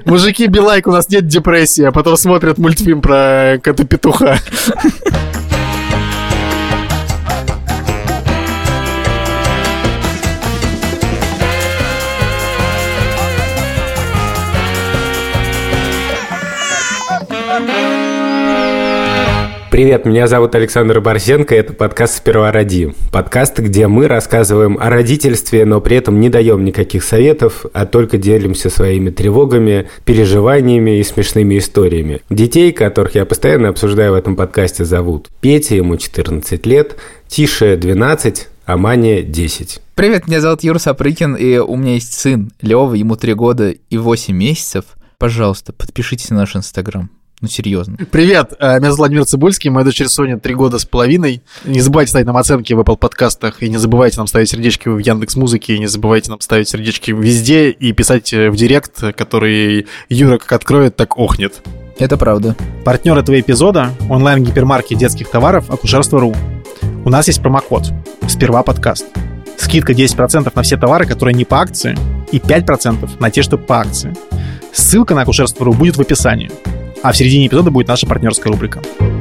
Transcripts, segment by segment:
Мужики, be like, у нас нет депрессии, а потом смотрят мультфильм про кота-петуха. Привет, меня зовут Александр Борзенко, это подкаст «Сперва роди». Подкаст, где мы рассказываем о родительстве, но при этом не даем никаких советов, а только делимся своими тревогами, переживаниями и смешными историями. Детей, которых я постоянно обсуждаю в этом подкасте, зовут Петя, ему 14 лет, Тише 12, а Мане 10. Привет, меня зовут Юра Сапрыкин, и у меня есть сын Лёва, ему 3 года и 8 месяцев. Пожалуйста, подпишитесь на наш Инстаграм. Ну, серьезно. Привет, меня зовут Владимир Цибульский, моя дочери Соня 3 года с половиной. Не забывайте ставить нам оценки в Apple подкастах, и не забывайте нам ставить сердечки в Яндекс.Музыке, и не забывайте нам ставить сердечки везде, и писать в директ, который Юра как откроет, так охнет. Это правда. Партнер этого эпизода – онлайн-гипермаркет детских товаров Акушерство.ру. У нас есть промокод «Сперва подкаст». Скидка 10% на все товары, которые не по акции, и 5% на те, что по акции. Ссылка на Акушерство.ру будет в описании. А в середине эпизода будет наша партнерская рубрика.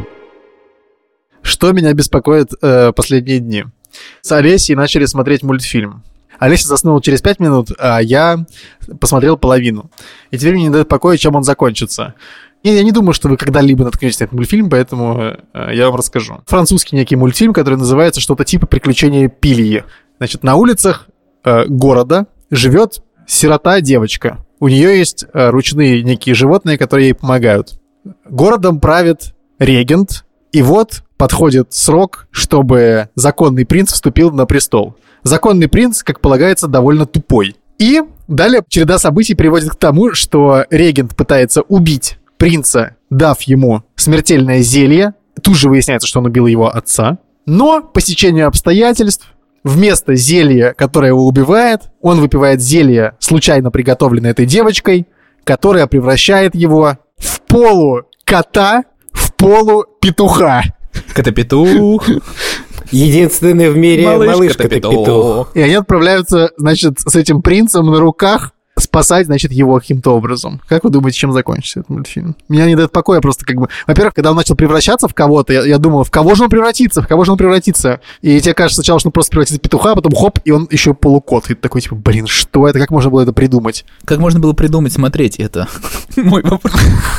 Что меня беспокоит последние дни? С Олесей начали смотреть мультфильм. Олеся заснула через 5 минут, а я посмотрел половину. И теперь мне не дает покоя, чем он закончится. Я не думаю, что вы когда-либо наткнетесь на этот мультфильм, поэтому я вам расскажу. Французский некий мультфильм, который называется что-то типа «Приключения Пильи». Значит, на улицах города живет сирота-девочка. У нее есть ручные некие животные, которые ей помогают. Городом правит регент, и вот подходит срок, чтобы законный принц вступил на престол. Законный принц, как полагается, довольно тупой. И далее череда событий приводит к тому, что регент пытается убить принца, дав ему смертельное зелье. Тут же выясняется, что он убил его отца. Но по стечению обстоятельств вместо зелья, которое его убивает, он выпивает зелье, случайно приготовленное этой девочкой, которая превращает его в полукота, в полупетуха. Кота-петух. Единственный в мире малыш-кота-петух. И они отправляются, значит, с этим принцем на руках спасать, значит, его каким-то образом. Как вы думаете, чем закончится этот мультфильм? Меня не дает покоя просто как бы... Во-первых, когда он начал превращаться в кого-то, я думал, в кого же он превратится? В кого же он превратится? И тебе кажется сначала, что он просто превратится в петуха, а потом хоп, и он еще полукот. И ты такой, типа, блин, что это? Как можно было это придумать? Как можно было придумать смотреть это? Мой вопрос.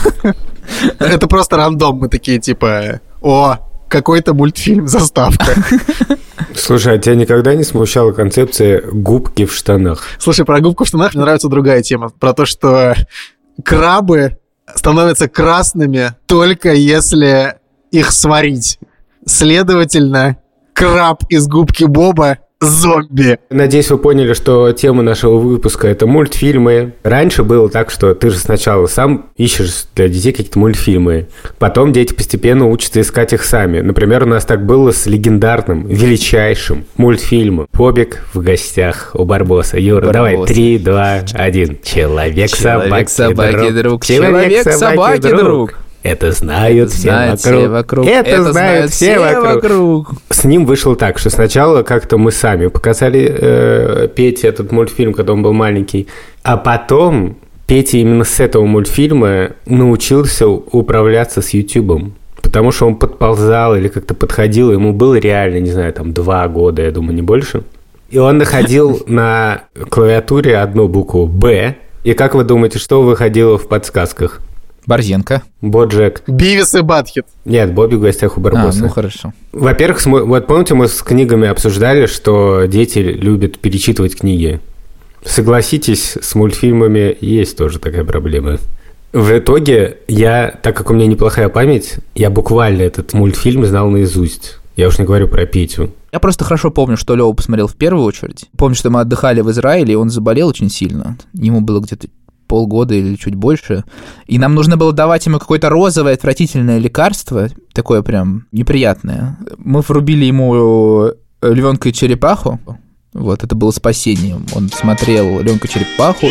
Это просто рандом. Мы такие, типа, о, какой-то мультфильм, заставка. Слушай, а тебя никогда не смущала концепция губки в штанах? Слушай, про губку в штанах мне нравится другая тема. Про то, что крабы становятся красными только если их сварить. Следовательно, краб из губки Боба зомби. Надеюсь, вы поняли, что тема нашего выпуска – это мультфильмы. Раньше было так, что ты же сначала сам ищешь для детей какие-то мультфильмы. Потом дети постепенно учатся искать их сами. Например, у нас так было с легендарным, величайшим мультфильмом «Бобик в гостях у Барбоса». Юра, давай, 3, 2, 1. Человек-собаки друг. Человек-собаки друг. Это знают все вокруг. Это знают все вокруг. С ним вышло так, что сначала как-то мы сами показали Пете этот мультфильм, когда он был маленький. А потом Петя именно с этого мультфильма научился управляться с Ютубом. Потому что он подползал или как-то подходил. Ему было реально, не знаю, там 2 года, я думаю, не больше. И он находил на клавиатуре одну букву «Б». И как вы думаете, что выходило в подсказках? Борзенко. Боджек. Бивис и Батхед. Нет, Бобби в гостях у Барбоса. Ну хорошо. Во-первых, вот помните, мы с книгами обсуждали, что дети любят перечитывать книги. Согласитесь, с мультфильмами есть тоже такая проблема. В итоге так как у меня неплохая память, я буквально этот мультфильм знал наизусть. Я уж не говорю про Петю. Я просто хорошо помню, что Лёва посмотрел в первую очередь. Помню, что мы отдыхали в Израиле, и он заболел очень сильно. Ему было где-то полгода или чуть больше, и нам нужно было давать ему какое-то розовое отвратительное лекарство, такое прям неприятное. Мы врубили ему «Львенка и черепаху», вот, это было спасением. Он смотрел «Львенка и черепаху».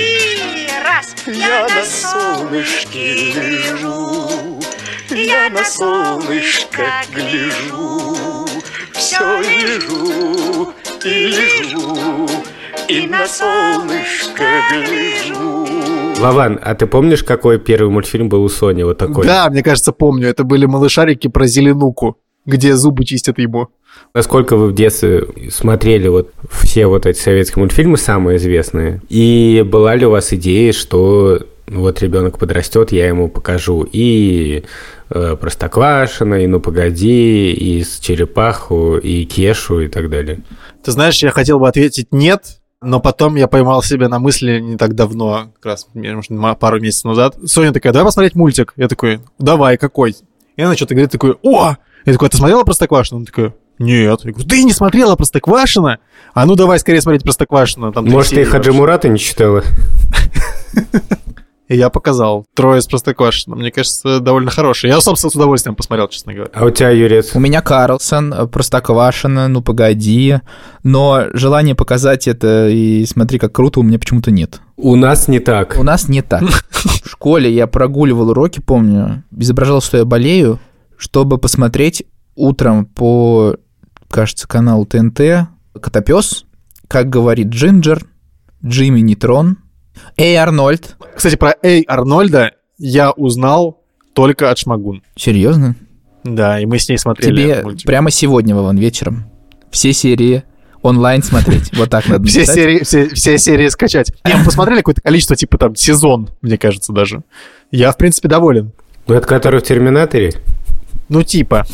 Я на солнышке лежу, я на солнышко гляжу, все лежу и лежу, и на солнышко гляжу. Вован, а ты помнишь, какой первый мультфильм был у Сони? Вот такой? Да, мне кажется, помню. Это были малышарики про Зеленуку, где зубы чистят ему. Насколько вы в детстве смотрели вот все вот эти советские мультфильмы, самые известные? И была ли у вас идея, что вот ребенок подрастет, я ему покажу и Простоквашино, и Ну погоди, и Черепаху, и Кешу, и так далее? Ты знаешь, я хотел бы ответить нет, но потом я поймал себя на мысли не так давно, как раз, может, пару месяцев назад. Соня такая, давай посмотреть мультик. Я такой, давай, какой? И она что-то говорит, такой, о! Я такой, а ты смотрела Простоквашино? Она такая, нет. Я говорю, ты не смотрела Простоквашино? А ну давай скорее смотреть Простоквашино. Там может, ты Хаджи Мурата не читала? И я показал. Трое с Простоквашино. Мне кажется, довольно хороший. Я, собственно, с удовольствием посмотрел, честно говоря. А у тебя, Юрец? У меня Карлсон, Простоквашино, Ну погоди. Но желание показать это и смотри, как круто, у меня почему-то нет. У нас не так. У нас не так. В школе я прогуливал уроки, помню, изображал, что я болею, чтобы посмотреть утром по, кажется, каналу ТНТ «Котопёс», как говорит Джинджер, Джимми Нейтрон, Эй, Арнольд. Кстати, про Эй, Арнольда я узнал только от Шмагун. Серьезно? Да, и мы с ней смотрели. Тебе мультик прямо сегодня, Вован, вечером все серии онлайн смотреть. Вот так надо написать. Все серии скачать. Мы посмотрели какое-то количество, типа там сезон, мне кажется, даже. Я, в принципе, доволен. Ну, это который в «Терминаторе»? Ну, типа.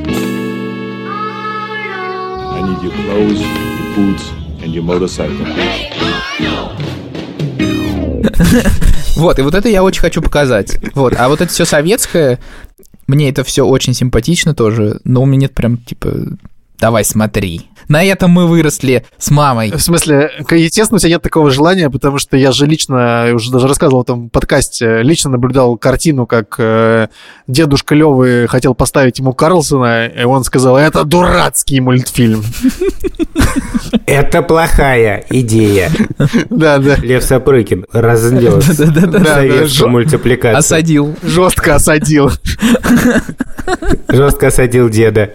I need your clothes, your boots and your motorcycle. Вот, и вот это я очень хочу показать. Вот, а вот это все советское, мне это все очень симпатично тоже, но у меня нет прям, типа, давай смотри. На этом мы выросли с мамой. В смысле, естественно, у тебя нет такого желания, потому что я же лично, уже даже рассказывал в этом подкасте, лично наблюдал картину, как дедушка Лёвы хотел поставить ему Карлсона, и он сказал, это дурацкий мультфильм. Это плохая идея. Да. Лев Сапрыкин разнес советскую мультипликацию. Осадил. Жестко осадил. Жестко осадил деда.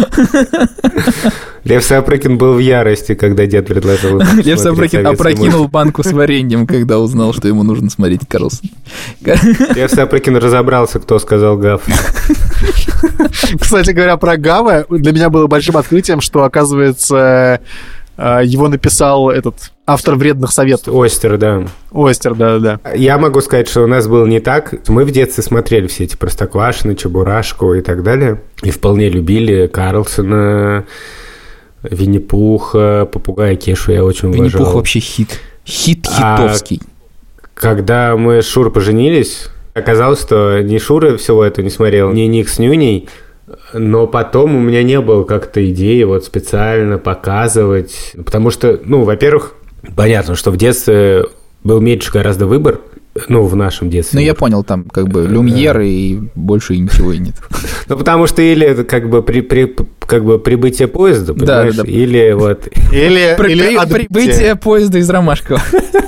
Лев Сапрыкин был в ярости, когда дед предложил ему. Лев Сапрыкин опрокинул банку с вареньем, когда узнал, что ему нужно смотреть Карлсон. Лев Сапрыкин разобрался, кто сказал гав. Кстати говоря, про гава для меня было большим открытием, что, оказывается, его написал этот автор «Вредных советов». Остер, да. Остер, да. Я могу сказать, что у нас было не так. Мы в детстве смотрели все эти Простоквашино, Чебурашку и так далее. И вполне любили Карлсона, Винни-Пуха, Попугая Кешу я очень уважал. Винни-Пух вообще хит. Хит хитовский. Когда мы с Шурой поженились, оказалось, что ни Шура всего этого не смотрел, ни Ник с Нюней, но потом у меня не было как-то идеи вот специально показывать. Потому что, ну, во-первых, понятно, что в детстве был меньше гораздо выбор, ну, в нашем детстве. Ну, я понял, там как бы Люмьер и больше ничего и нет. Ну, потому что или как бы прибытие поезда, понимаешь, да. или вот... Или прибытие поезда из Ромашкова.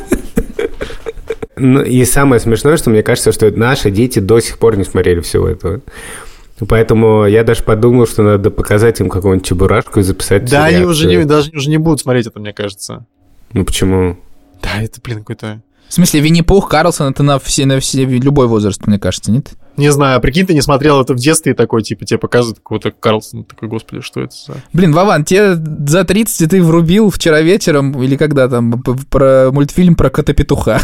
Ну, и самое смешное, что мне кажется, что наши дети до сих пор не смотрели всего этого. Поэтому я даже подумал, что надо показать им какую-нибудь Чебурашку и записать. Да, они уже не будут смотреть это, мне кажется. Ну, почему? Да, это, какой-то... В смысле, Винни-Пух, Карлсон, это на любой возраст, мне кажется, нет? Не знаю, прикинь, ты не смотрел это в детстве и такой, типа, тебе показывают какого-то Карлсона, такой, господи, что это за... Блин, Вован, тебе за 30, и ты врубил вчера вечером, или когда там, про мультфильм про кота-петуха.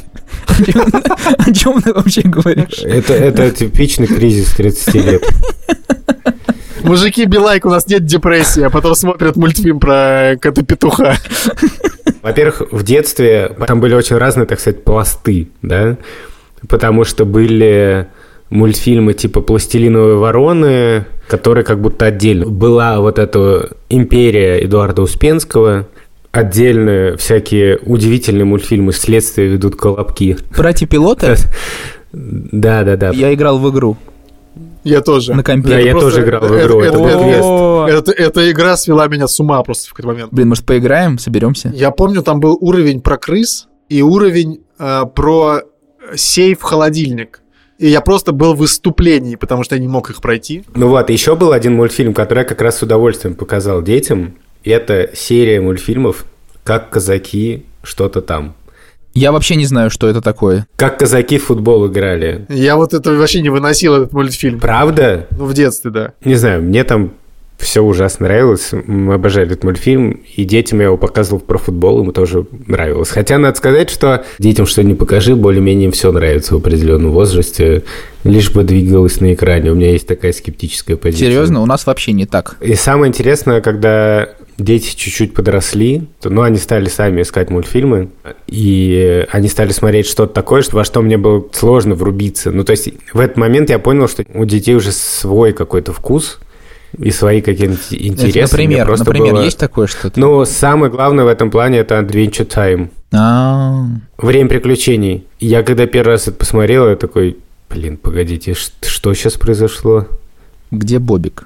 О чем ты вообще говоришь? Это типичный кризис 30 лет. Мужики, Билайк, у нас нет депрессии, а потом смотрят мультфильм про кота-петуха. Во-первых, в детстве там были очень разные, так сказать, пласты, да, потому что были мультфильмы типа «Пластилиновые вороны», которые как будто отдельно. Была вот эта империя Эдуарда Успенского, отдельные всякие удивительные мультфильмы «Следствие ведут колобки». «Братья-пилоты»? Да. Я играл в игру. Я тоже. На компе. Да, я тоже играл в игру. Эта игра свела меня с ума просто в какой-то момент. Блин, может, поиграем, соберемся? Я помню, там был уровень про крыс и уровень про сейф-холодильник. И я просто был в выступлении, потому что я не мог их пройти. Ну вот, еще был один мультфильм, который я как раз с удовольствием показал детям. Это серия мультфильмов «Как казаки что-то там». Я вообще не знаю, что это такое. Как казаки в футбол играли. Я вот это вообще не выносил, этот мультфильм. Правда? Ну, в детстве, да. Не знаю, мне там все ужасно нравилось. Мы обожали этот мультфильм, и детям я его показывал про футбол, ему тоже нравилось. Хотя надо сказать, что детям что ни покажи, более-менее все нравится в определенном возрасте, лишь бы двигалось на экране. У меня есть такая скептическая позиция. Серьезно? У нас вообще не так. И самое интересное, когда дети чуть-чуть подросли, то, они стали сами искать мультфильмы, и они стали смотреть что-то такое, во что мне было сложно врубиться. То есть в этот момент я понял, что у детей уже свой какой-то вкус, и свои какие-то интересы. Например, есть такое что-то? Самое главное в этом плане – это Adventure Time. Время приключений. Я когда первый раз это посмотрел, я такой, погодите, что сейчас произошло? Где Бобик?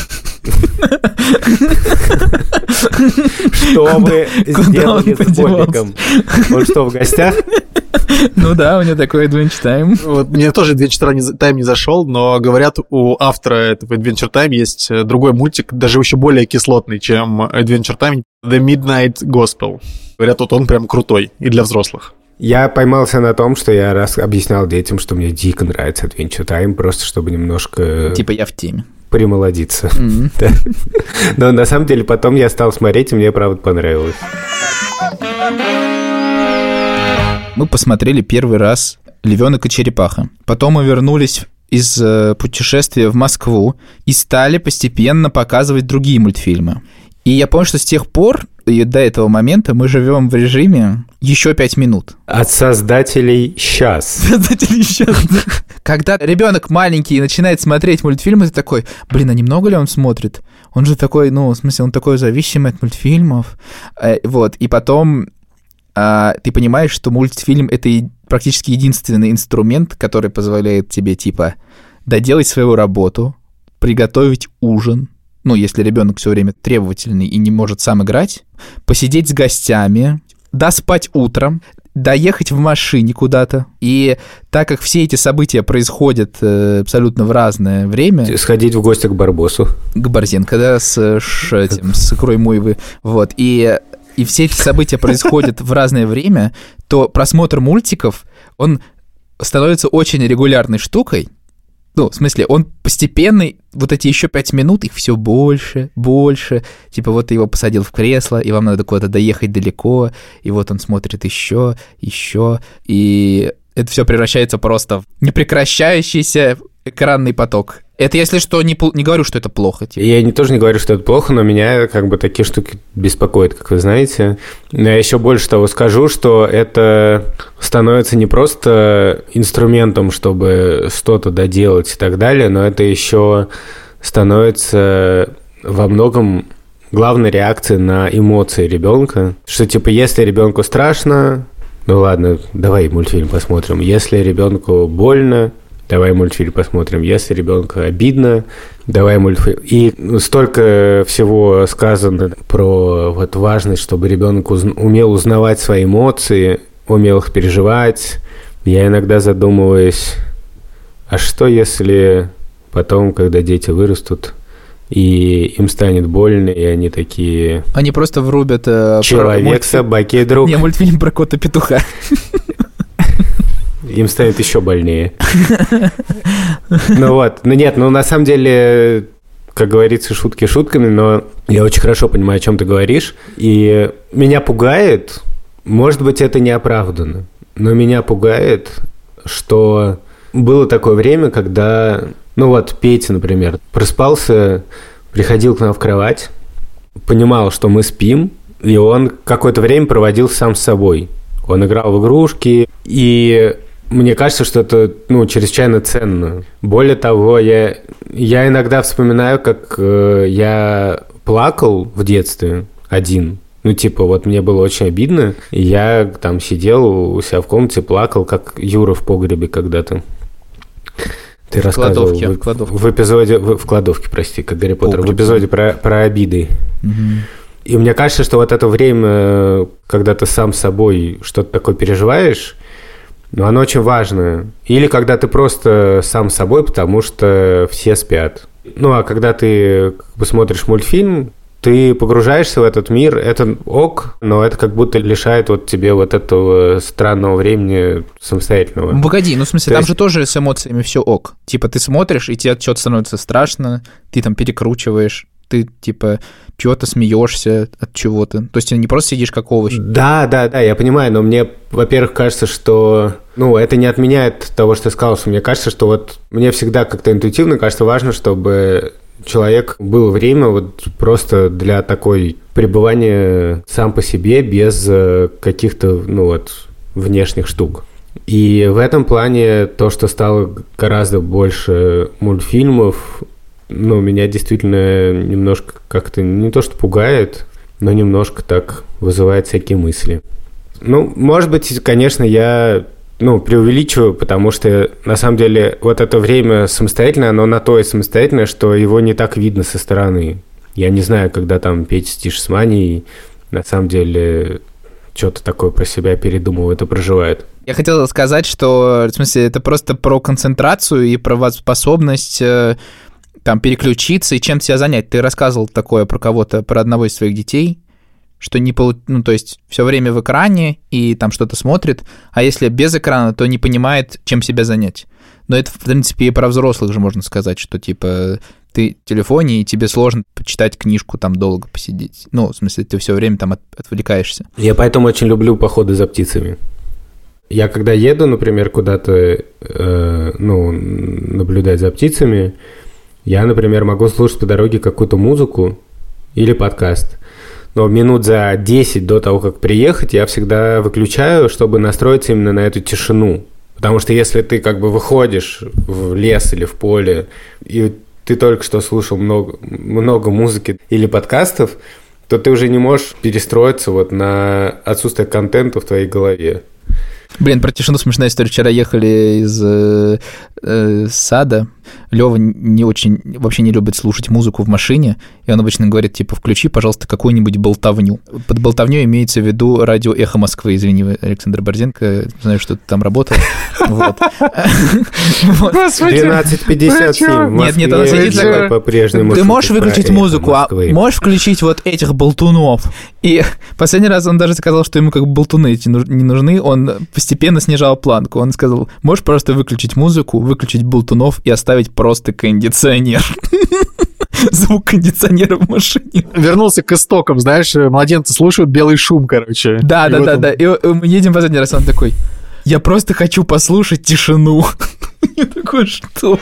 Что вы сделали с Бобиком? Он что, в гостях? Ну да, у него такой Adventure Time. Вот, мне тоже Adventure Time не зашел, но говорят, у автора этого Adventure Time есть другой мультик, даже еще более кислотный, чем Adventure Time, The Midnight Gospel. Говорят, вот он прям крутой и для взрослых. Я поймался на том, что я раз объяснял детям, что мне дико нравится Adventure Time, просто чтобы немножко... Типа я в теме. Примолодиться. Да. Но на самом деле потом я стал смотреть, и мне правда понравилось. Мы посмотрели первый раз «Львенок и черепаха». Потом мы вернулись из путешествия в Москву и стали постепенно показывать другие мультфильмы. И я помню, что с тех пор и до этого момента мы живем в режиме еще 5 минут. От создателей «Сейчас». Когда ребенок маленький начинает смотреть мультфильмы, ты такой, а немного ли он смотрит? Он же такой, в смысле, он такой зависимый от мультфильмов. Вот, и потом ты понимаешь, что мультфильм — это практически единственный инструмент, который позволяет тебе, типа, доделать свою работу, приготовить ужин, если ребенок все время требовательный и не может сам играть, посидеть с гостями, доспать утром, доехать в машине куда-то. И так как все эти события происходят абсолютно в разное время... Сходить в гости к Барбосу. К Борзенко, да, с икрой мойвы. Вот. И все эти события происходят в разное время, то просмотр мультиков, он становится очень регулярной штукой. В смысле, он постепенный, вот эти еще 5 минут, их все больше. Типа вот ты его посадил в кресло, и вам надо куда-то доехать далеко, и вот он смотрит еще, и это все превращается просто в непрекращающийся экранный поток. Это, если что, не говорю, что это плохо. Типа. Я тоже не говорю, что это плохо, но меня такие штуки беспокоят, как вы знаете. Я еще больше того скажу, что это становится не просто инструментом, чтобы что-то доделать и так далее, но это еще становится во многом главной реакцией на эмоции ребенка. Что типа, если ребенку страшно, ладно, давай мультфильм посмотрим. Если ребенку больно, давай мультфильм посмотрим. Если ребенку обидно, давай мультфильм. И столько всего сказано про важность, чтобы ребенок умел узнавать свои эмоции, умел их переживать. Я иногда задумываюсь, а что если потом, когда дети вырастут, и им станет больно, и они такие... Они просто врубят... Человек, собаки и друг. Не, мультфильм про кота-петуха. Им станет еще больнее. На самом деле, как говорится, шутки шутками, но я очень хорошо понимаю, о чем ты говоришь. И меня пугает, может быть, это не оправдано, но меня пугает, что было такое время, когда, Петя, например, просыпался, приходил к нам в кровать, понимал, что мы спим, и он какое-то время проводил сам с собой. Он играл в игрушки, и мне кажется, что это, чрезвычайно ценно. Более того, я иногда вспоминаю, как я плакал в детстве один. Мне было очень обидно, и я там сидел у себя в комнате, плакал, как Юра в погребе когда-то. Ты рассказывал в эпизоде... В кладовке, прости, как Гарри Поттер. В эпизоде про обиды. Угу. И мне кажется, что вот это время, когда ты сам с собой что-то такое переживаешь, оно очень важно. Или когда ты просто сам с собой, потому что все спят. А когда ты смотришь мультфильм, ты погружаешься в этот мир, это ок, но это как будто лишает вот тебе вот этого странного времени самостоятельного. Погоди, в смысле, там же тоже с эмоциями все ок. Типа ты смотришь, и тебе что-то становится страшно, ты там перекручиваешь, ты типа чего-то смеешься от чего-то. То есть ты не просто сидишь как овощ. Да, я понимаю, но мне, во-первых, кажется, что... это не отменяет того, что ты сказал, что мне кажется, что вот мне всегда как-то интуитивно кажется важно, чтобы человек было время вот просто для такой пребывания сам по себе без каких-то, внешних штук. И в этом плане то, что стало гораздо больше мультфильмов, меня действительно немножко как-то не то что пугает, но немножко так вызывает всякие мысли. Может быть, конечно, я преувеличиваю, потому что, на самом деле, вот это время самостоятельное, оно на то и самостоятельное, что его не так видно со стороны. Я не знаю, когда там Петя с Тишесманией, на самом деле, что-то такое про себя передумывает и проживает. Я хотел сказать, что, в смысле, это просто про концентрацию и про способность там переключиться и чем себя занять. Ты рассказывал такое про кого-то, про одного из своих детей, что то есть все время в экране и там что-то смотрит, а если без экрана, то не понимает, чем себя занять. Но это, в принципе, и про взрослых же можно сказать, что, типа, ты в телефоне, и тебе сложно почитать книжку, там, долго посидеть. В смысле, ты все время там отвлекаешься. Я поэтому очень люблю походы за птицами. Я когда еду, например, куда-то, наблюдать за птицами, я, например, могу слушать по дороге какую-то музыку или подкаст. Но минут за 10 до того, как приехать, я всегда выключаю, чтобы настроиться именно на эту тишину. Потому что если ты как бы выходишь в лес или в поле, и ты только что слушал много музыки или подкастов, то ты уже не можешь перестроиться вот на отсутствие контента в твоей голове. Блин, про тишину смешная история. Вчера ехали из сада. Лёва вообще не любит слушать музыку в машине, и он обычно говорит, типа, включи, пожалуйста, какую-нибудь болтовню. Под болтовней имеется в виду радио «Эхо Москвы». Извини, Александр Борзенко, знаю, что ты там работал. 12:57. Нет, она сидит такой, по-прежнему. Ты можешь выключить музыку, а можешь включить вот этих болтунов? И последний раз он даже сказал, что ему как бы болтуны эти не нужны, он постепенно снижал планку. Он сказал, можешь просто выключить музыку, выключить болтунов и оставить просто кондиционер. Звук кондиционера в машине. Вернулся к истокам, знаешь, младенцы слушают белый шум, короче. Да. И мы едем последний раз, он такой, я просто хочу послушать тишину. Я такой, что?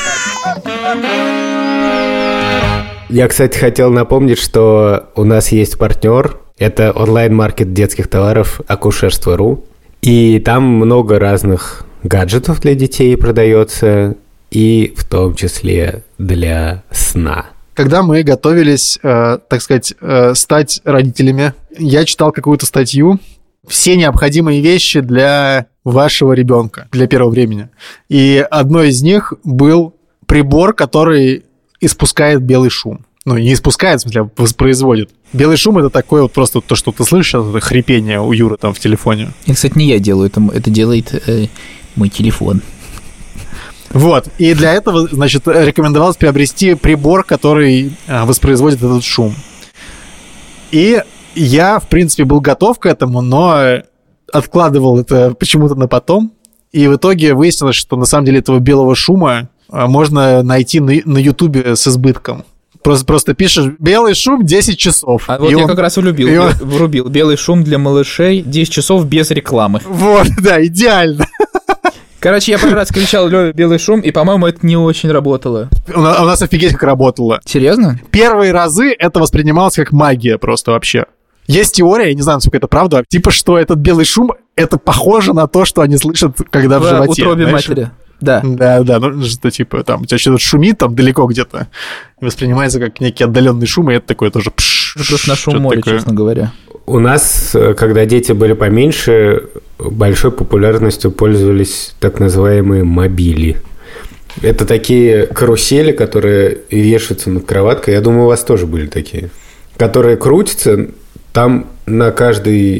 Я, кстати, хотел напомнить, что у нас есть партнер. Это онлайн-маркет детских товаров Акушерство.ру. И там много разных гаджетов для детей продается, и в том числе для сна. Когда мы готовились, так сказать, стать родителями, я читал какую-то статью «Все необходимые вещи для вашего ребенка, для первого времени». И одной из них был прибор, который испускает белый шум. Не испускает, в смысле, а воспроизводит. Белый шум — это такое вот просто то, что ты слышишь, это хрипение у Юры там в телефоне. И, кстати, не я делаю, это делает мой телефон. Вот, и для этого, значит, рекомендовалось приобрести прибор, который воспроизводит этот шум. И я, в принципе, был готов к этому, но откладывал это почему-то на потом. И в итоге выяснилось, что на самом деле этого белого шума можно найти на Ютубе с избытком. Просто пишешь «белый шум 10 часов». А вот я как раз врубил «белый шум для малышей 10 часов без рекламы». Вот, да, идеально. Короче, я пару раз кричал Лёве «белый шум», и, по-моему, это не очень работало. У нас офигеть как работало. Серьезно? Первые разы это воспринималось как магия просто вообще. Есть теория, я не знаю, насколько это правда, типа, что этот белый шум, это похоже на то, что они слышат, когда в животе. В утробе матери. Да. Да, что типа там у тебя что-то шумит там далеко где-то, и воспринимается как некий отдаленный шум, и это такое тоже просто на шум моря, честно говоря. У нас, когда дети были поменьше, большой популярностью пользовались так называемые мобили. Это такие карусели, которые вешаются над кроваткой. Я думаю, у вас тоже были такие. Которые крутятся, там на каждый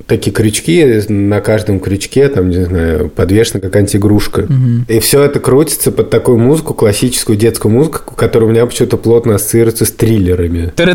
такие крючки, на каждом крючке, там, не знаю, подвешена как антигрушка. И все это крутится под такую музыку, классическую детскую музыку, которая у меня почему-то плотно ассоциируется с триллерами. Да,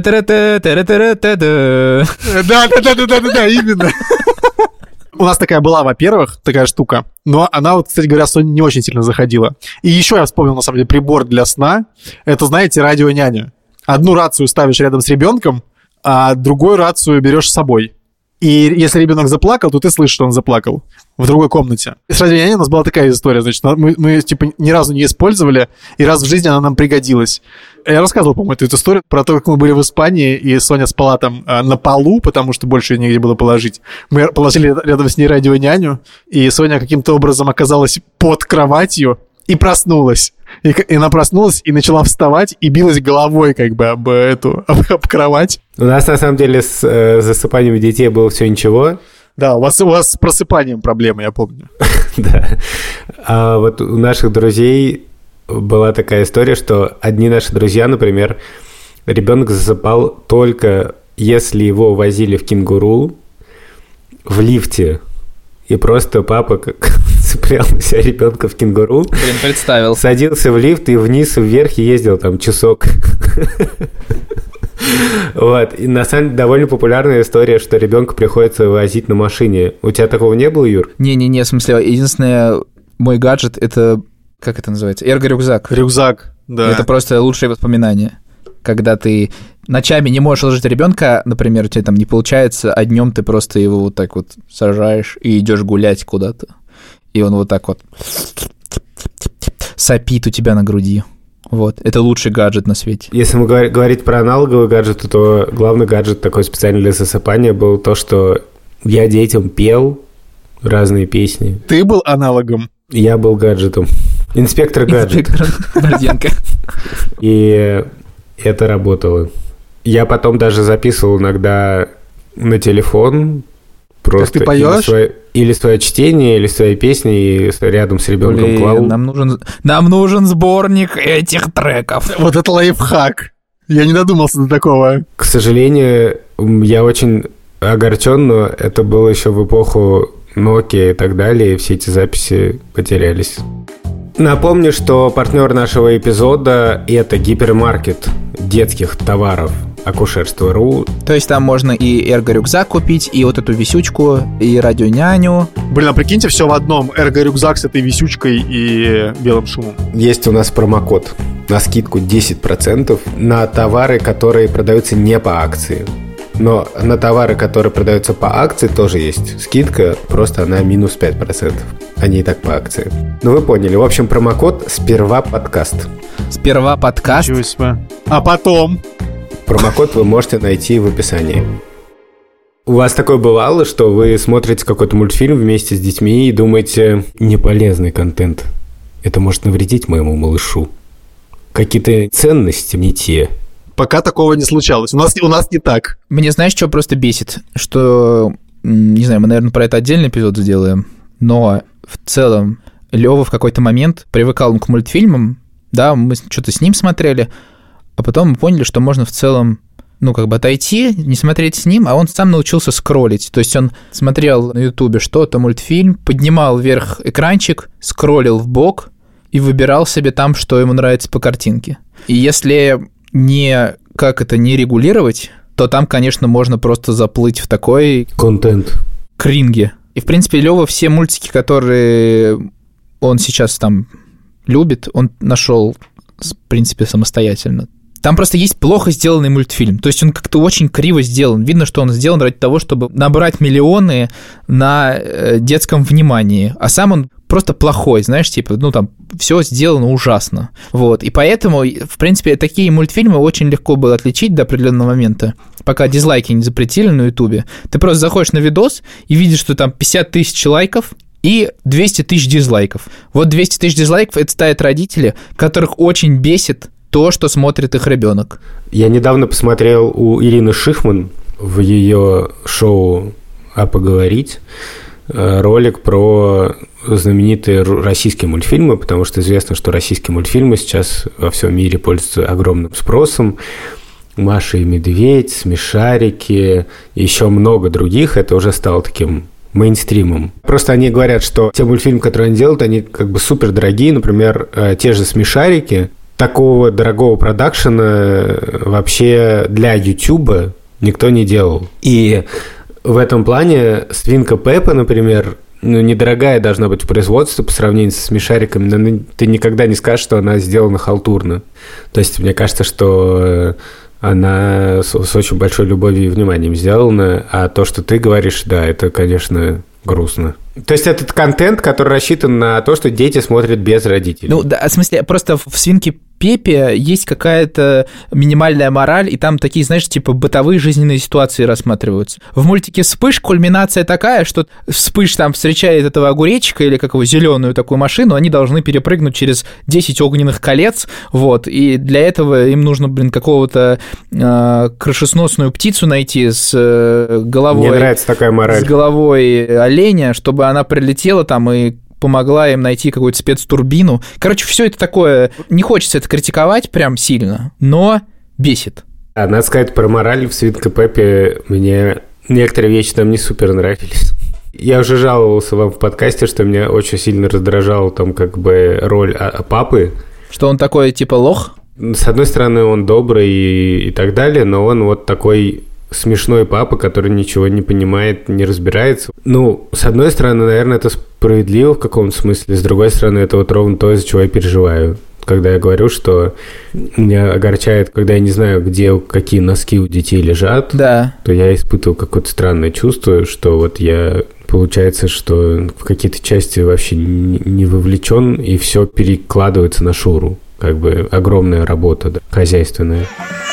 именно. У нас такая была, во-первых, такая штука, но она вот, кстати говоря, Соне не очень сильно заходила. И еще я вспомнил, на самом деле, прибор для сна. Это, знаете, радио-няня. Одну рацию ставишь рядом с ребенком, а другую рацию берешь с собой. И если ребенок заплакал, то ты слышишь, что он заплакал в другой комнате. И с радио-няней у нас была такая история, значит, мы типа ни разу не использовали, и раз в жизни она нам пригодилась. Я рассказывал, по-моему, эту историю про то, как мы были в Испании, и Соня спала там на полу, потому что больше негде было положить. Мы положили рядом с ней радио-няню, и Соня каким-то образом оказалась под кроватью и проснулась. И она проснулась и начала вставать и билась головой как бы об кровать. У нас, на самом деле, с засыпанием детей было все ничего. Да, у вас с просыпанием проблемы, я помню. Да. А вот у наших друзей была такая история, что одни наши друзья, например, ребенок засыпал только если его возили в кенгуру в лифте. И просто папа цеплял на себя ребенка в кенгуру. Блин, представил. Садился в лифт и вниз, вверх, и ездил там часок. Вот. И на самом деле довольно популярная история, что ребенка приходится возить на машине. У тебя такого не было, Юр? Не-не-не, в смысле, единственное, мой гаджет, это, как это называется? Эрго-рюкзак. Рюкзак, да. Это просто лучшие воспоминания. Когда ты ночами не можешь ложить ребенка, например, у тебя там не получается, а днем ты просто его вот так вот сажаешь и идешь гулять куда-то. И он вот так вот сопит у тебя на груди. Вот. Это лучший гаджет на свете. Если мы говорить про аналоговые гаджеты, то главный гаджет такой специальный для засыпания был то, что я детям пел разные песни. Ты был аналогом? Я был гаджетом. Инспектор гаджет. Борденко. И это работало. Я потом даже записывал иногда на телефон просто как ты поешь? Или свое чтение, или свои песни, и рядом с ребенком клал. Нам нужен сборник этих треков. Вот это лайфхак. Я не додумался до такого. К сожалению, я очень огорчен, но это было еще в эпоху Nokia и так далее, и все эти записи потерялись. Напомню, что партнер нашего эпизода – это гипермаркет детских товаров акушерство.ру. То есть там можно и эрго-рюкзак купить, и вот эту висючку, и радио-няню. Блин, а прикиньте, все в одном. Эрго-рюкзак с этой висючкой и белым шумом. Есть у нас промокод на скидку 10% на товары, которые продаются не по акции. Но на товары, которые продаются по акции, тоже есть скидка, просто она минус 5%. Они и так по акции. Ну, вы поняли. В общем, промокод «Сперва подкаст». «Сперва подкаст». А потом... Промокод вы можете найти в описании. У вас такое бывало, что вы смотрите какой-то мультфильм вместе с детьми и думаете, неполезный контент. Это может навредить моему малышу. Какие-то ценности не те. Пока такого не случалось. У нас не так. Мне, знаешь, что просто бесит? Что, не знаю, мы, наверное, про это отдельный эпизод сделаем, но в целом Лёва в какой-то момент привыкал к мультфильмам, да, мы что-то с ним смотрели, а потом мы поняли, что можно в целом, отойти, не смотреть с ним, а он сам научился скроллить. То есть он смотрел на Ютубе что-то, мультфильм, поднимал вверх экранчик, скроллил вбок и выбирал себе там, что ему нравится по картинке. И если не регулировать, то там, конечно, можно просто заплыть в такой... контент. Кринге. И, в принципе, Лёва все мультики, которые он сейчас там любит, он нашел, в принципе, самостоятельно. Там просто есть плохо сделанный мультфильм. То есть он как-то очень криво сделан. Видно, что он сделан ради того, чтобы набрать миллионы на детском внимании. А сам он просто плохой, знаешь, все сделано ужасно. Вот. И поэтому, в принципе, такие мультфильмы очень легко было отличить до определенного момента, пока дизлайки не запретили на Ютубе. Ты просто заходишь на видос и видишь, что там 50 тысяч лайков и 200 тысяч дизлайков. Вот 200 тысяч дизлайков – это ставят родители, которых очень бесит то, что смотрит их ребенок. Я недавно посмотрел у Ирины Шихман в ее шоу «А поговорить» ролик про знаменитые российские мультфильмы, потому что известно, что российские мультфильмы сейчас во всем мире пользуются огромным спросом. «Маша и Медведь», «Смешарики», и еще много других, это уже стало таким мейнстримом. Просто они говорят, что те мультфильмы, которые они делают, они как бы супер дорогие. Например, те же «Смешарики». Такого дорогого продакшена вообще для Ютуба никто не делал. И в этом плане «Свинка Пеппа», например, недорогая должна быть в производстве по сравнению со «Смешариками», но ты никогда не скажешь, что она сделана халтурно. То есть мне кажется, что она с очень большой любовью и вниманием сделана, а то, что ты говоришь, да, это, конечно, грустно. То есть этот контент, который рассчитан на то, что дети смотрят без родителей. Ну, да, в смысле, просто в «Свинке Пеппе» есть какая-то минимальная мораль, и там такие, знаешь, типа бытовые жизненные ситуации рассматриваются. В мультике «Вспыш» кульминация такая, что Вспыш там встречает этого огуречка или как его, зеленую такую машину, они должны перепрыгнуть через 10 огненных колец, вот, и для этого им нужно, какого-то крышесносную птицу найти с головой... Мне нравится такая мораль. С головой оленя, чтобы она прилетела там и помогла им найти какую-то спецтурбину. Короче, все это такое... Не хочется это критиковать прям сильно, но бесит. Надо сказать, про мораль в «Свинке Пеппе» мне некоторые вещи там не супер нравились. Я уже жаловался вам в подкасте, что меня очень сильно раздражала там как бы роль папы. Что он такой типа лох? С одной стороны, он добрый и так далее, но он вот такой... смешной папа, который ничего не понимает, не разбирается. Ну, с одной стороны, наверное, это справедливо в каком-то смысле, с другой стороны, это вот ровно то, из-за чего я переживаю. Когда я говорю, что меня огорчает, когда я не знаю, где какие носки у детей лежат, да, то я испытываю какое-то странное чувство, что вот я... Получается, что в какие-то части вообще не вовлечен, и все перекладывается на Шуру. Как бы огромная работа, да, хозяйственная.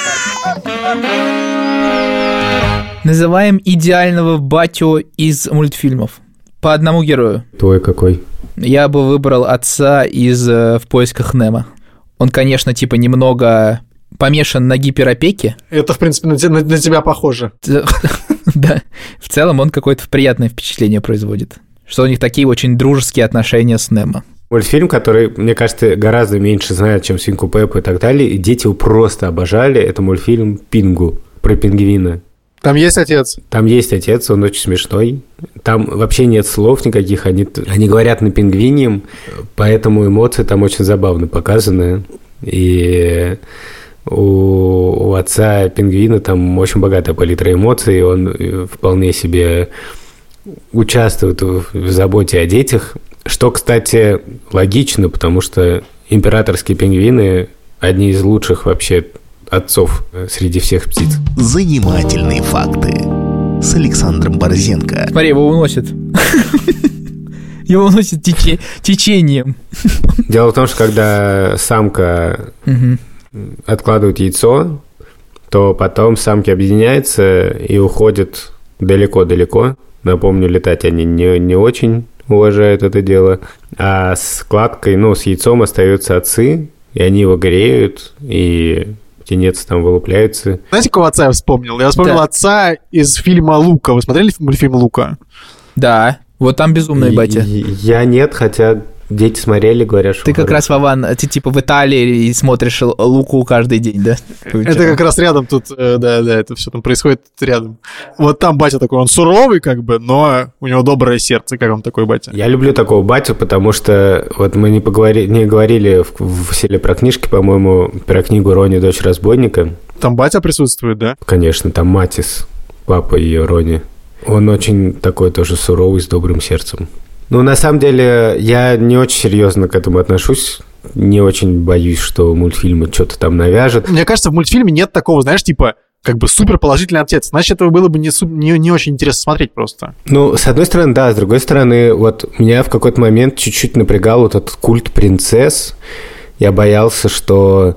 Называем идеального батю из мультфильмов. По одному герою. Твой какой? Я бы выбрал отца из «В поисках Немо». Он, конечно, типа немного помешан на гиперопеке. Это, в принципе, на тебя похоже. Да. В целом он какое-то приятное впечатление производит. Что у них такие очень дружеские отношения с Немо. Мультфильм, который, мне кажется, гораздо меньше знает, чем «Свинку Пеппу» и так далее, и дети его просто обожали. Это мультфильм «Пингу» про пингвина. Там есть отец? Там есть отец, он очень смешной. Там вообще нет слов никаких, они говорят на пингвиньем, поэтому эмоции там очень забавно показаны. И у отца пингвина там очень богатая палитра эмоций, он вполне себе участвует в заботе о детях, что, кстати, логично, потому что императорские пингвины одни из лучших вообще отцов среди всех птиц. Занимательные факты с Александром Борзенко. Смотри, его уносит. Его уносит течением. Дело в том, что когда самка откладывает яйцо, то потом самки объединяются и уходят далеко-далеко. Напомню, летать они не очень уважают это дело. А с кладкой, с яйцом остаются отцы, и они его греют, и птенец там вылупляется. Знаете, какого отца я вспомнил? Я вспомнил отца из фильма «Лука». Вы смотрели мультфильм «Лука»? Да, вот там безумный батя. Я нет, хотя дети смотрели, говорят, что... Ты как раз, Вован, ты типа в Италии и смотришь «Луку» каждый день, да? Это как раз рядом тут, да, это все там происходит рядом. Вот там батя такой, он суровый как бы, но у него доброе сердце, как он такой батя. Я люблю такого батю, потому что вот мы не говорили в «Селе про книжки», по-моему, про книгу «Рони, дочь разбойника». Там батя присутствует, да? Конечно, там Матис, папа ее Рони. Он очень такой тоже суровый, с добрым сердцем. На самом деле, я не очень серьезно к этому отношусь. Не очень боюсь, что мультфильмы что-то там навяжут. Мне кажется, в мультфильме нет такого, знаешь, типа, как бы супер положительный отец. Значит, этого было бы не очень интересно смотреть просто. С одной стороны, да. С другой стороны, вот меня в какой-то момент чуть-чуть напрягал вот этот культ принцесс. Я боялся, что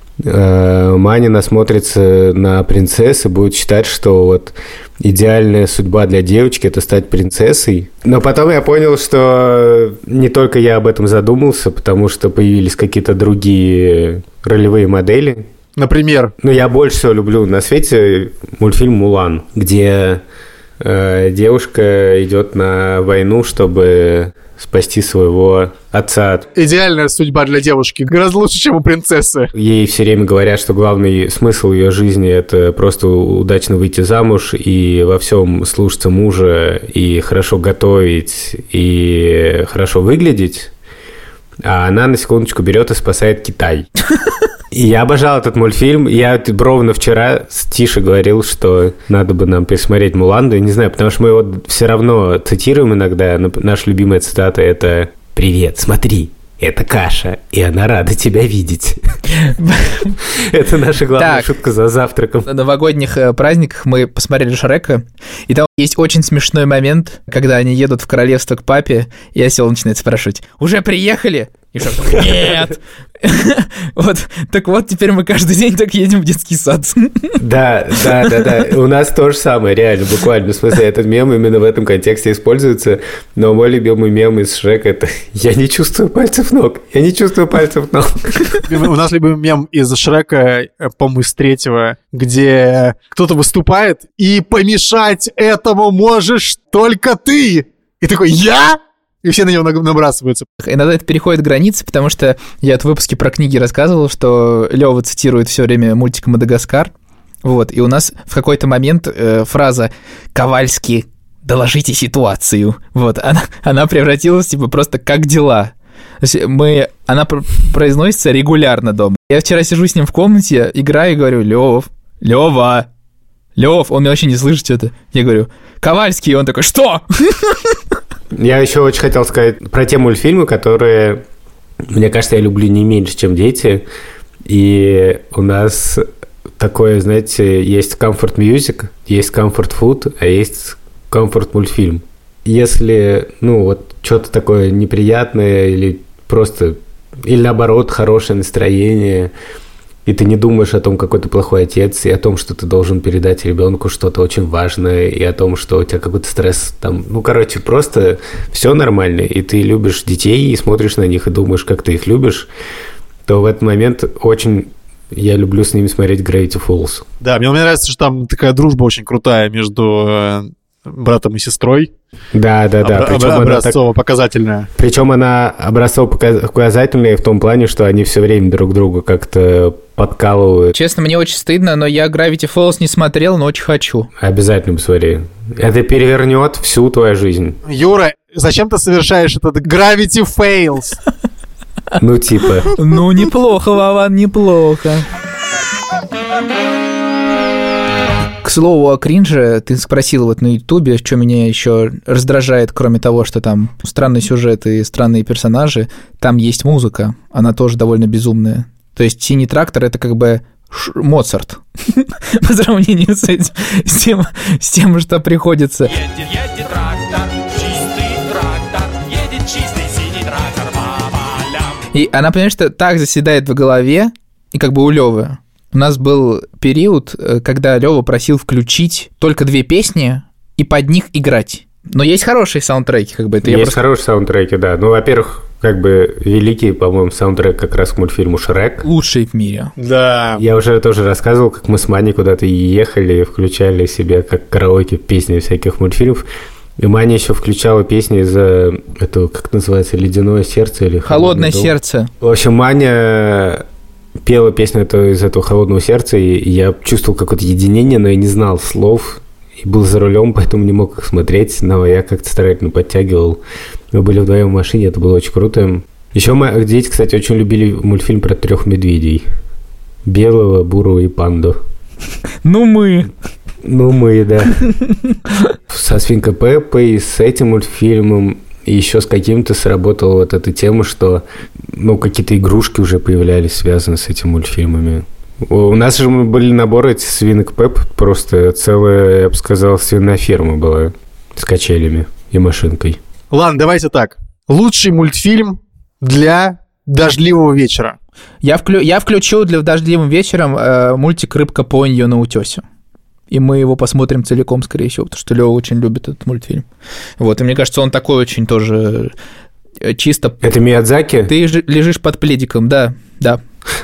Маня насмотрится на принцесс и будет считать, что вот идеальная судьба для девочки – это стать принцессой. Но потом я понял, что не только я об этом задумался, потому что появились какие-то другие ролевые модели. Например? Я больше всего люблю на свете мультфильм «Мулан», где девушка идет на войну, чтобы спасти своего отца. Идеальная судьба для девушки, гораздо лучше, чем у принцессы. Ей все время говорят, что главный смысл ее жизни – это просто удачно выйти замуж и во всем слушаться мужа, и хорошо готовить, и хорошо выглядеть. А она, на секундочку, берет и спасает Китай. И я обожал этот мультфильм. Я ровно вчера с Тишей говорил, что надо бы нам пересмотреть «Муланду». Я не знаю, потому что мы его все равно цитируем иногда. Наша любимая цитата – это «Привет, смотри, это каша, и она рада тебя видеть». Это наша главная шутка за завтраком. На новогодних праздниках мы посмотрели «Шрека», и там есть очень смешной момент, когда они едут в королевство к папе, и осел начинает спрашивать: «Уже приехали?» И Шрек такой: «Нет!» Вот, так вот, теперь мы каждый день так едем в детский сад. Да. У нас то же самое, реально, буквально. В смысле, этот мем именно в этом контексте используется. Но мой любимый мем из Шрека – это «Я не чувствую пальцев ног, я не чувствую пальцев ног». У нас любимый мем из Шрека, по-моему, из 3-го, где кто-то выступает, и помешать этому можешь только ты. И такой: «Я?» И все на него набрасываются. Иногда это переходит границы, потому что я в выпуске про книги рассказывал, что Лёва цитирует все время мультик «Мадагаскар». Вот, и у нас в какой-то момент фраза «Ковальский, доложите ситуацию». Вот, она превратилась, типа, просто «как дела?». То есть она произносится регулярно дома. Я вчера сижу с ним в комнате, играю и говорю: Лёва, он меня вообще не слышит что-то. Я говорю: «Ковальский», и он такой: «Что?» Я еще очень хотел сказать про те мультфильмы, которые, мне кажется, я люблю не меньше, чем дети. И у нас такое, знаете, есть comfort music, есть comfort food, а есть comfort мультфильм. Если, вот что-то такое неприятное или просто, или наоборот, хорошее настроение, и ты не думаешь о том, какой ты плохой отец, и о том, что ты должен передать ребенку что-то очень важное, и о том, что у тебя какой-то стресс там, просто все нормально, и ты любишь детей, и смотришь на них, и думаешь, как ты их любишь, то в этот момент я люблю с ними смотреть Gravity Falls. Да, мне нравится, что там такая дружба очень крутая между братом и сестрой. Да. Образцово-показательная. Причем она образцово-показательная в том плане, что они все время друг друга как-то подкалывают. Честно, мне очень стыдно, но я Gravity Falls не смотрел, но очень хочу. Обязательно посмотри. Это перевернет всю твою жизнь. Юра, зачем ты совершаешь этот Gravity Fails? Типа. Неплохо, Вован, неплохо. К слову о кринже, ты спросил вот на Ютубе, что меня еще раздражает, кроме того, что там странный сюжет и странные персонажи, там есть музыка, она тоже довольно безумная. То есть «Синий трактор» — это как бы Моцарт по сравнению с тем, что приходится. Едет трактор, чистый трактор, едет чистый синий трактор по полям. И она, понимаешь, что так заседает в голове, и как бы у Лёвы. У нас был период, когда Лёва просил включить только 2 песни и под них играть. Но есть хорошие саундтреки, как бы это. Есть хорошие саундтреки, да. Во-первых, как бы великий, по-моему, саундтрек как раз к мультфильму «Шрек». Лучший в мире. Да. Я уже тоже рассказывал, как мы с Маней куда-то ехали, включали себе как караоке песни всяких мультфильмов. И Маня еще включала песни из этого, как называется, «Ледяное сердце» или «Холодное сердце». В общем, Маня пела песню из этого «Холодного сердца», и я чувствовал какое-то единение, но я не знал слов, и был за рулем, поэтому не мог их смотреть, но я как-то старательно подтягивал. Мы были вдвоем в машине, это было очень круто. Еще дети, кстати, очень любили мультфильм про 3 медведей. Белого, бурого и панду. Мы, да. Со «Свинкой Пеппой», с этим мультфильмом, и еще с каким-то сработала вот эта тема, что какие-то игрушки уже появлялись, связанные с этими мультфильмами. У нас же были наборы этих свинок Пепп, просто целая, я бы сказал, свиная ферма была с качелями и машинкой. Ладно, давайте так. Лучший мультфильм для дождливого вечера. Я включу для дождливым вечером мультик «Рыбка Поньо на утёсе». И мы его посмотрим целиком, скорее всего, потому что Лёва очень любит этот мультфильм. Вот, и мне кажется, он такой очень тоже чисто... Это Миядзаки? Ты лежишь под пледиком, да.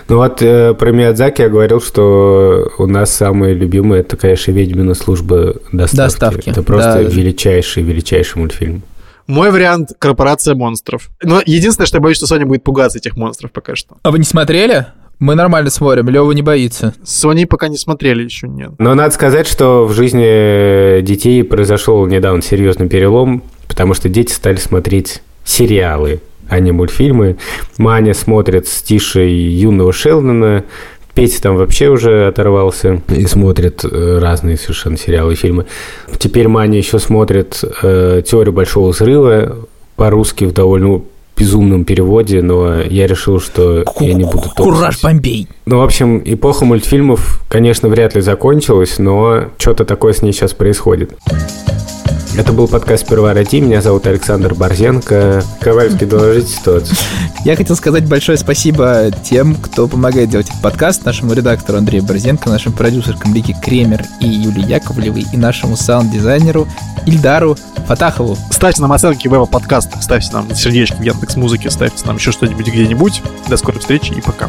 Ну вот про Миядзаки я говорил, что у нас самая любимая, это, конечно, «Ведьмина служба доставки». Это просто величайший мультфильм. Мой вариант — «Корпорация монстров». Но единственное, что я боюсь, что Соня будет пугаться этих монстров пока что. А вы не смотрели? Мы нормально смотрим, Лёва не боится. С Соней пока не смотрели, еще нет. Но надо сказать, что в жизни детей произошел недавно серьезный перелом, потому что дети стали смотреть сериалы, а не мультфильмы. Маня смотрит с Тишей «Юного Шелдона», Петя там вообще уже оторвался и смотрит разные совершенно сериалы и фильмы. Теперь Маня еще смотрит «Теорию большого взрыва» по-русски в довольно безумном переводе, но я решил, что я не буду топать. Кураж Бомбей! Ну, в общем, эпоха мультфильмов, конечно, вряд ли закончилась, но что-то такое с ней сейчас происходит. Это был подкаст «Сперва роди». Меня зовут Александр Борзенко. Ковальский, доложите ситуацию. Я хотел сказать большое спасибо тем, кто помогает делать этот подкаст, нашему редактору Андрею Борзенко, нашим продюсеркам Лике Кремер и Юлии Яковлевой, и нашему саунд-дизайнеру Ильдару Фатахову. Ставьте нам оценки в Apple подкастах, ставьте нам сердечки в Яндекс.Музыке, ставьте нам еще что-нибудь где-нибудь. До скорой встречи и пока.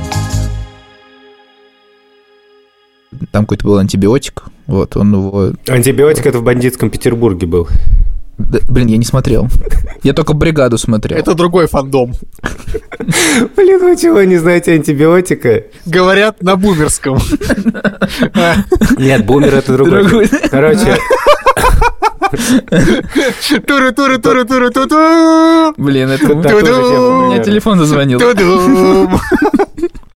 Там какой-то был антибиотик. Вот, он его... Антибиотик — это в бандитском Петербурге был. Да, блин, я не смотрел. Я только «Бригаду» смотрел. Это другой фандом. Блин, вы чего не знаете антибиотика? Говорят на бумерском. Нет, бумер — это другой. Короче... Туры-туры-туры-туры-туру-туру. Блин, это... У меня телефон зазвонил.